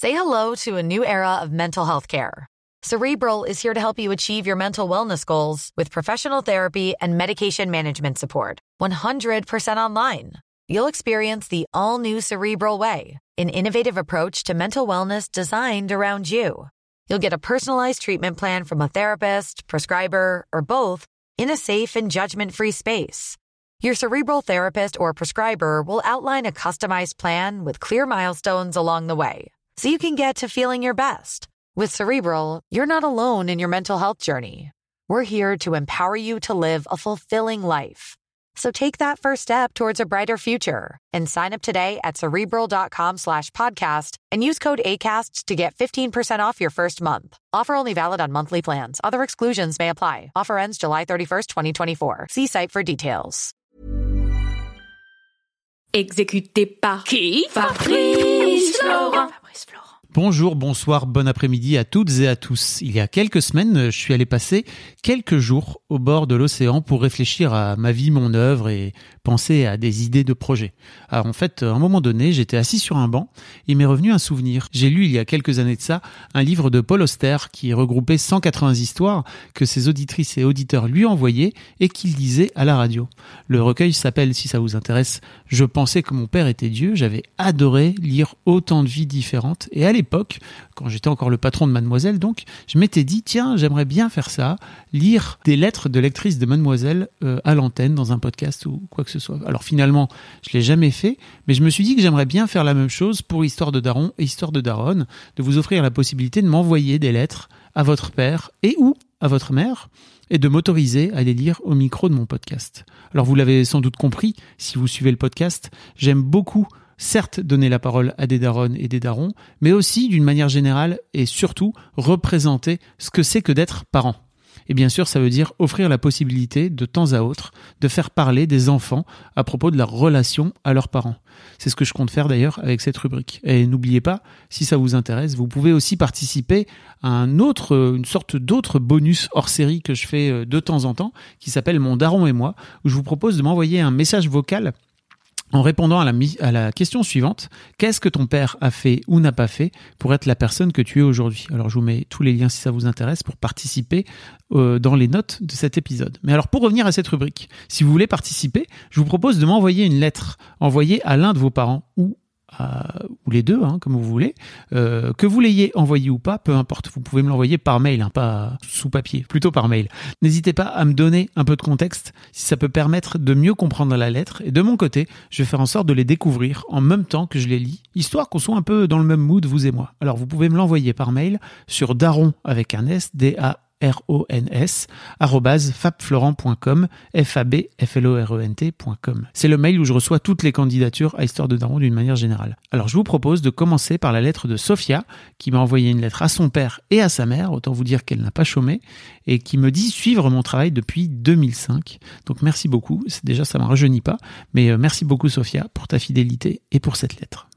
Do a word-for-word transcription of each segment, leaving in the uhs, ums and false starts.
Say hello to a new era of mental health care. Cerebral is here to help you achieve your mental wellness goals with professional therapy and medication management support. one hundred percent online. You'll experience the all-new Cerebral Way, an innovative approach to mental wellness designed around you. You'll get a personalized treatment plan from a therapist, prescriber, or both in a safe and judgment-free space. Your Cerebral therapist or prescriber will outline a customized plan with clear milestones along the way, so you can get to feeling your best. With Cerebral, you're not alone in your mental health journey. We're here to empower you to live a fulfilling life. So take that first step towards a brighter future and sign up today at Cerebral.com slash podcast and use code ACAST to get fifteen percent off your first month. Offer only valid on monthly plans. Other exclusions may apply. Offer ends July thirty-first, twenty twenty-four. See site for details. Exécuté par qui? Fabrice Florent. Fabrice Florent. Bonjour, bonsoir, bon après-midi à toutes et à tous. Il y a quelques semaines, je suis allé passer quelques jours au bord de l'océan pour réfléchir à ma vie, mon œuvre et penser à des idées de projets. Alors en fait, à un moment donné, j'étais assis sur un banc et il m'est revenu un souvenir. J'ai lu il y a quelques années de ça un livre de Paul Auster qui regroupait cent quatre-vingts histoires que ses auditrices et auditeurs lui envoyaient et qu'il lisait à la radio. Le recueil s'appelle, si ça vous intéresse, « Je pensais que mon père était Dieu ». J'avais adoré lire autant de vies différentes et à l'époque, quand j'étais encore le patron de Mademoiselle, donc, je m'étais dit, tiens, j'aimerais bien faire ça, lire des lettres de lectrices de Mademoiselle euh, à l'antenne, dans un podcast ou quoi que ce soit. Alors finalement, je l'ai jamais fait, mais je me suis dit que j'aimerais bien faire la même chose pour Histoire de Daron et Histoire de Daronne, de vous offrir la possibilité de m'envoyer des lettres à votre père et ou à votre mère, et de m'autoriser à les lire au micro de mon podcast. Alors vous l'avez sans doute compris, si vous suivez le podcast, j'aime beaucoup certes donner la parole à des daronnes et des darons, mais aussi, d'une manière générale et surtout, représenter ce que c'est que d'être parent. Et bien sûr, ça veut dire offrir la possibilité, de temps à autre, de faire parler des enfants à propos de leur relation à leurs parents. C'est ce que je compte faire d'ailleurs avec cette rubrique. Et n'oubliez pas, si ça vous intéresse, vous pouvez aussi participer à un autre, une sorte d'autre bonus hors série que je fais de temps en temps, qui s'appelle Mon Daron et moi, où je vous propose de m'envoyer un message vocal en répondant à la, à la question suivante, qu'est-ce que ton père a fait ou n'a pas fait pour être la personne que tu es aujourd'hui? Alors je vous mets tous les liens si ça vous intéresse pour participer euh, dans les notes de cet épisode. Mais alors pour revenir à cette rubrique, si vous voulez participer, je vous propose de m'envoyer une lettre envoyée à l'un de vos parents ou à, ou les deux, hein, comme vous voulez, euh, que vous l'ayez envoyé ou pas, peu importe, vous pouvez me l'envoyer par mail, hein, pas sous papier, plutôt par mail. N'hésitez pas à me donner un peu de contexte, si ça peut permettre de mieux comprendre la lettre, et de mon côté, je vais faire en sorte de les découvrir en même temps que je les lis, histoire qu'on soit un peu dans le même mood, vous et moi. Alors vous pouvez me l'envoyer par mail sur daron avec un S, D A R O N S, arrobase fabflorent point com, F A B F L O R E N T point com. C'est le mail où je reçois toutes les candidatures à Histoire de Daron d'une manière générale. Alors je vous propose de commencer par la lettre de Sophia, qui m'a envoyé une lettre à son père et à sa mère, autant vous dire qu'elle n'a pas chômé, et qui me dit suivre mon travail depuis deux mille cinq. Donc merci beaucoup, c'est, déjà ça ne me rajeunit pas, mais euh, merci beaucoup Sophia pour ta fidélité et pour cette lettre.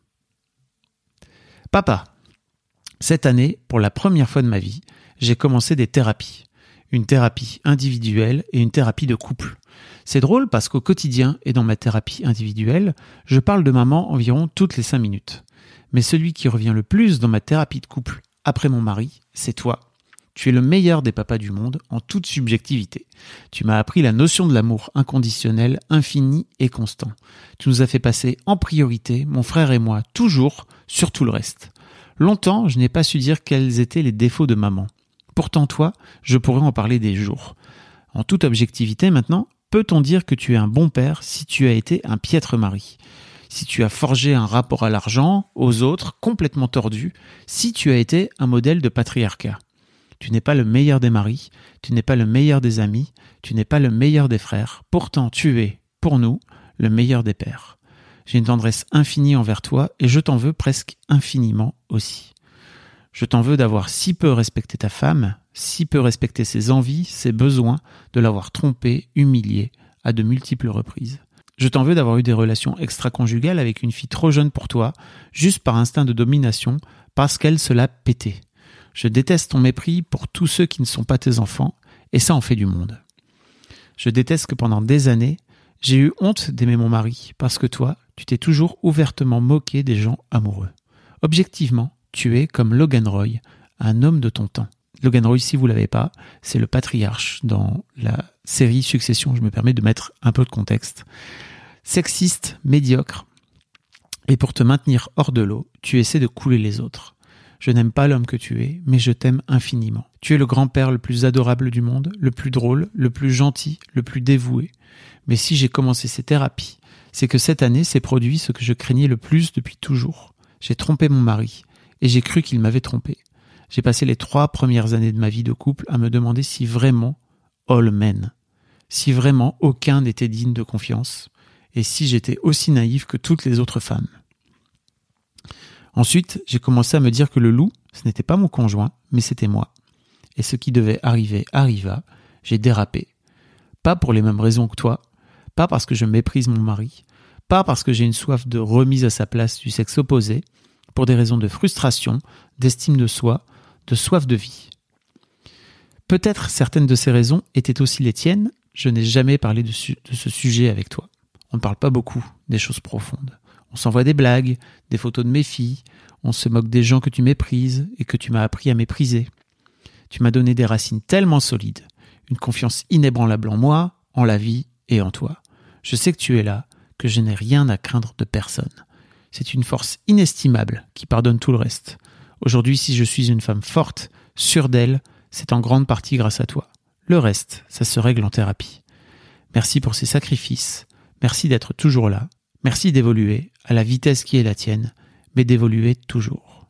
Papa, cette année, pour la première fois de ma vie, j'ai commencé des thérapies. Une thérapie individuelle et une thérapie de couple. C'est drôle parce qu'au quotidien et dans ma thérapie individuelle, je parle de maman environ toutes les cinq minutes. Mais celui qui revient le plus dans ma thérapie de couple, après mon mari, c'est toi. Tu es le meilleur des papas du monde en toute subjectivité. Tu m'as appris la notion de l'amour inconditionnel, infini et constant. Tu nous as fait passer en priorité, mon frère et moi, toujours, sur tout le reste. Longtemps, je n'ai pas su dire quels étaient les défauts de maman. Pourtant, toi, je pourrais en parler des jours. En toute objectivité, maintenant, peut-on dire que tu es un bon père si tu as été un piètre mari? Si tu as forgé un rapport à l'argent, aux autres, complètement tordu, si tu as été un modèle de patriarcat? Tu n'es pas le meilleur des maris, tu n'es pas le meilleur des amis, tu n'es pas le meilleur des frères. Pourtant, tu es, pour nous, le meilleur des pères. J'ai une tendresse infinie envers toi et je t'en veux presque infiniment aussi. Je t'en veux d'avoir si peu respecté ta femme, si peu respecté ses envies, ses besoins, de l'avoir trompée, humiliée, à de multiples reprises. Je t'en veux d'avoir eu des relations extra-conjugales avec une fille trop jeune pour toi, juste par instinct de domination, parce qu'elle se l'a pété. Je déteste ton mépris pour tous ceux qui ne sont pas tes enfants, et ça en fait du monde. Je déteste que pendant des années, j'ai eu honte d'aimer mon mari, parce que toi, tu t'es toujours ouvertement moqué des gens amoureux. Objectivement, tu es comme Logan Roy, un homme de ton temps. Logan Roy, si vous ne l'avez pas, c'est le patriarche dans la série Succession. Je me permets de mettre un peu de contexte. Sexiste, médiocre, et pour te maintenir hors de l'eau, tu essaies de couler les autres. Je n'aime pas l'homme que tu es, mais je t'aime infiniment. Tu es le grand-père le plus adorable du monde, le plus drôle, le plus gentil, le plus dévoué. Mais si j'ai commencé ces thérapies, c'est que cette année s'est produit ce que je craignais le plus depuis toujours. J'ai trompé mon mari, et j'ai cru qu'il m'avait trompé. J'ai passé les trois premières années de ma vie de couple à me demander si vraiment all men, si vraiment aucun n'était digne de confiance, et si j'étais aussi naïf que toutes les autres femmes. Ensuite, j'ai commencé à me dire que le loup, ce n'était pas mon conjoint, mais c'était moi. Et ce qui devait arriver arriva, j'ai dérapé. Pas pour les mêmes raisons que toi, pas parce que je méprise mon mari, pas parce que j'ai une soif de remise à sa place du sexe opposé, pour des raisons de frustration, d'estime de soi, de soif de vie. Peut-être certaines de ces raisons étaient aussi les tiennes, je n'ai jamais parlé de, su- de ce sujet avec toi. On ne parle pas beaucoup des choses profondes. On s'envoie des blagues, des photos de mes filles, on se moque des gens que tu méprises et que tu m'as appris à mépriser. Tu m'as donné des racines tellement solides, une confiance inébranlable en moi, en la vie et en toi. Je sais que tu es là, que je n'ai rien à craindre de personne. C'est une force inestimable qui pardonne tout le reste. Aujourd'hui, si je suis une femme forte, sûre d'elle, c'est en grande partie grâce à toi. Le reste, ça se règle en thérapie. Merci pour ces sacrifices, merci d'être toujours là, merci d'évoluer à la vitesse qui est la tienne, mais d'évoluer toujours.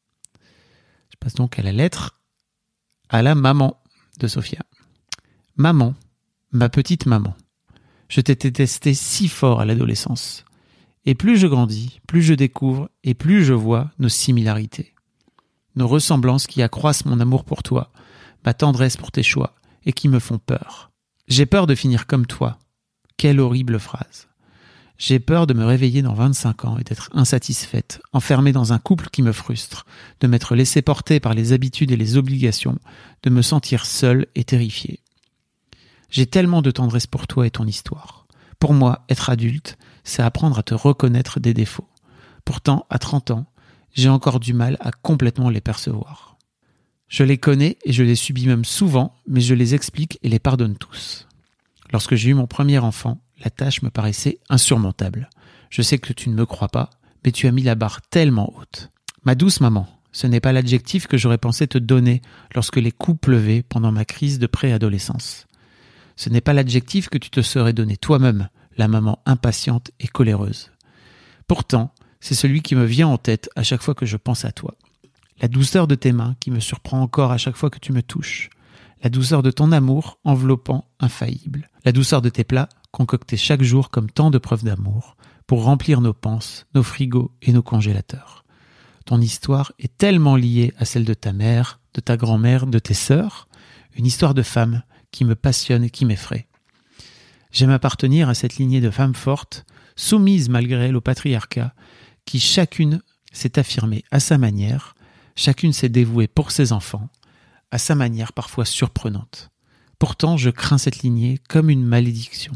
Je passe donc à la lettre à la maman de Sophia. Maman, ma petite maman, je t'ai détesté si fort à l'adolescence. Et plus je grandis, plus je découvre et plus je vois nos similarités. Nos ressemblances qui accroissent mon amour pour toi, ma tendresse pour tes choix et qui me font peur. J'ai peur de finir comme toi. Quelle horrible phrase. J'ai peur de me réveiller dans vingt-cinq ans et d'être insatisfaite, enfermée dans un couple qui me frustre, de m'être laissée porter par les habitudes et les obligations, de me sentir seule et terrifiée. J'ai tellement de tendresse pour toi et ton histoire. Pour moi, être adulte, c'est apprendre à te reconnaître des défauts. Pourtant, à trente ans, j'ai encore du mal à complètement les percevoir. Je les connais et je les subis même souvent, mais je les explique et les pardonne tous. Lorsque j'ai eu mon premier enfant, la tâche me paraissait insurmontable. Je sais que tu ne me crois pas, mais tu as mis la barre tellement haute. Ma douce maman, ce n'est pas l'adjectif que j'aurais pensé te donner lorsque les coups pleuvaient pendant ma crise de préadolescence. Ce n'est pas l'adjectif que tu te serais donné toi-même, la maman impatiente et coléreuse. Pourtant, c'est celui qui me vient en tête à chaque fois que je pense à toi. La douceur de tes mains qui me surprend encore à chaque fois que tu me touches. La douceur de ton amour enveloppant, infaillible. La douceur de tes plats concoctés chaque jour comme tant de preuves d'amour pour remplir nos panses, nos frigos et nos congélateurs. Ton histoire est tellement liée à celle de ta mère, de ta grand-mère, de tes sœurs, une histoire de femme qui me passionne et qui m'effraie. J'aime appartenir à cette lignée de femmes fortes, soumises malgré elles au patriarcat, qui chacune s'est affirmée à sa manière, chacune s'est dévouée pour ses enfants, à sa manière parfois surprenante. Pourtant, je crains cette lignée comme une malédiction.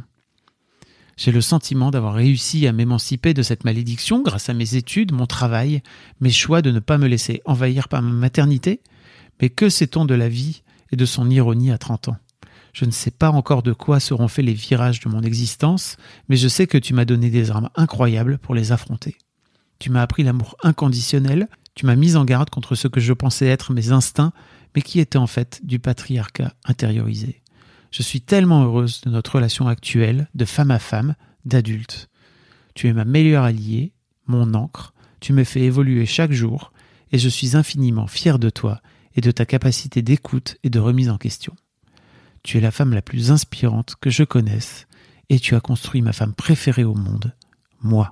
J'ai le sentiment d'avoir réussi à m'émanciper de cette malédiction grâce à mes études, mon travail, mes choix de ne pas me laisser envahir par ma maternité. Mais que sait-on de la vie et de son ironie à trente ans ? Je ne sais pas encore de quoi seront faits les virages de mon existence, mais je sais que tu m'as donné des armes incroyables pour les affronter. Tu m'as appris l'amour inconditionnel, tu m'as mis en garde contre ce que je pensais être mes instincts, mais qui étaient en fait du patriarcat intériorisé. Je suis tellement heureuse de notre relation actuelle, de femme à femme, d'adulte. Tu es ma meilleure alliée, mon ancre, tu me fais évoluer chaque jour, et je suis infiniment fière de toi et de ta capacité d'écoute et de remise en question. Tu es la femme la plus inspirante que je connaisse, et tu as construit ma femme préférée au monde, moi.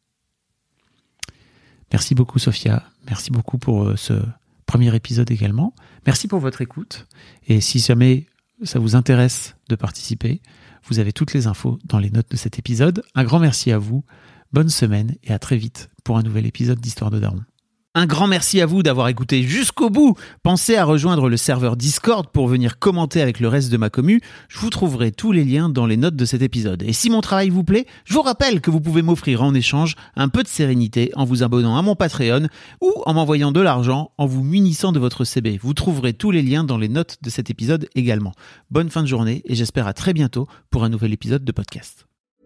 Merci beaucoup Sophia, merci beaucoup pour ce premier épisode également. Merci pour votre écoute, et si jamais ça vous intéresse de participer, vous avez toutes les infos dans les notes de cet épisode. Un grand merci à vous, bonne semaine et à très vite pour un nouvel épisode d'Histoire de Daron. Un grand merci à vous d'avoir écouté jusqu'au bout. Pensez à rejoindre le serveur Discord pour venir commenter avec le reste de ma commu. Je vous trouverai tous les liens dans les notes de cet épisode. Et si mon travail vous plaît, je vous rappelle que vous pouvez m'offrir en échange un peu de sérénité en vous abonnant à mon Patreon ou en m'envoyant de l'argent en vous munissant de votre C B. Vous trouverez tous les liens dans les notes de cet épisode également. Bonne fin de journée et j'espère à très bientôt pour un nouvel épisode de podcast.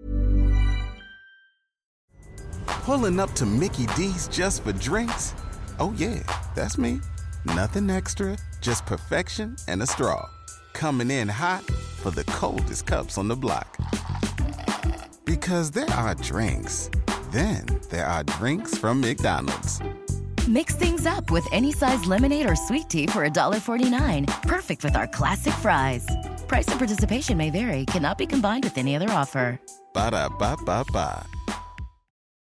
Pulling up to Mickey D's just for drinks? Oh yeah, that's me. Nothing extra, just perfection and a straw. Coming in hot for the coldest cups on the block. Because there are drinks. Then there are drinks from McDonald's. Mix things up with any size lemonade or sweet tea for one forty-nine. Perfect with our classic fries. Price and participation may vary. Cannot be combined with any other offer. Ba-da-ba-ba-ba.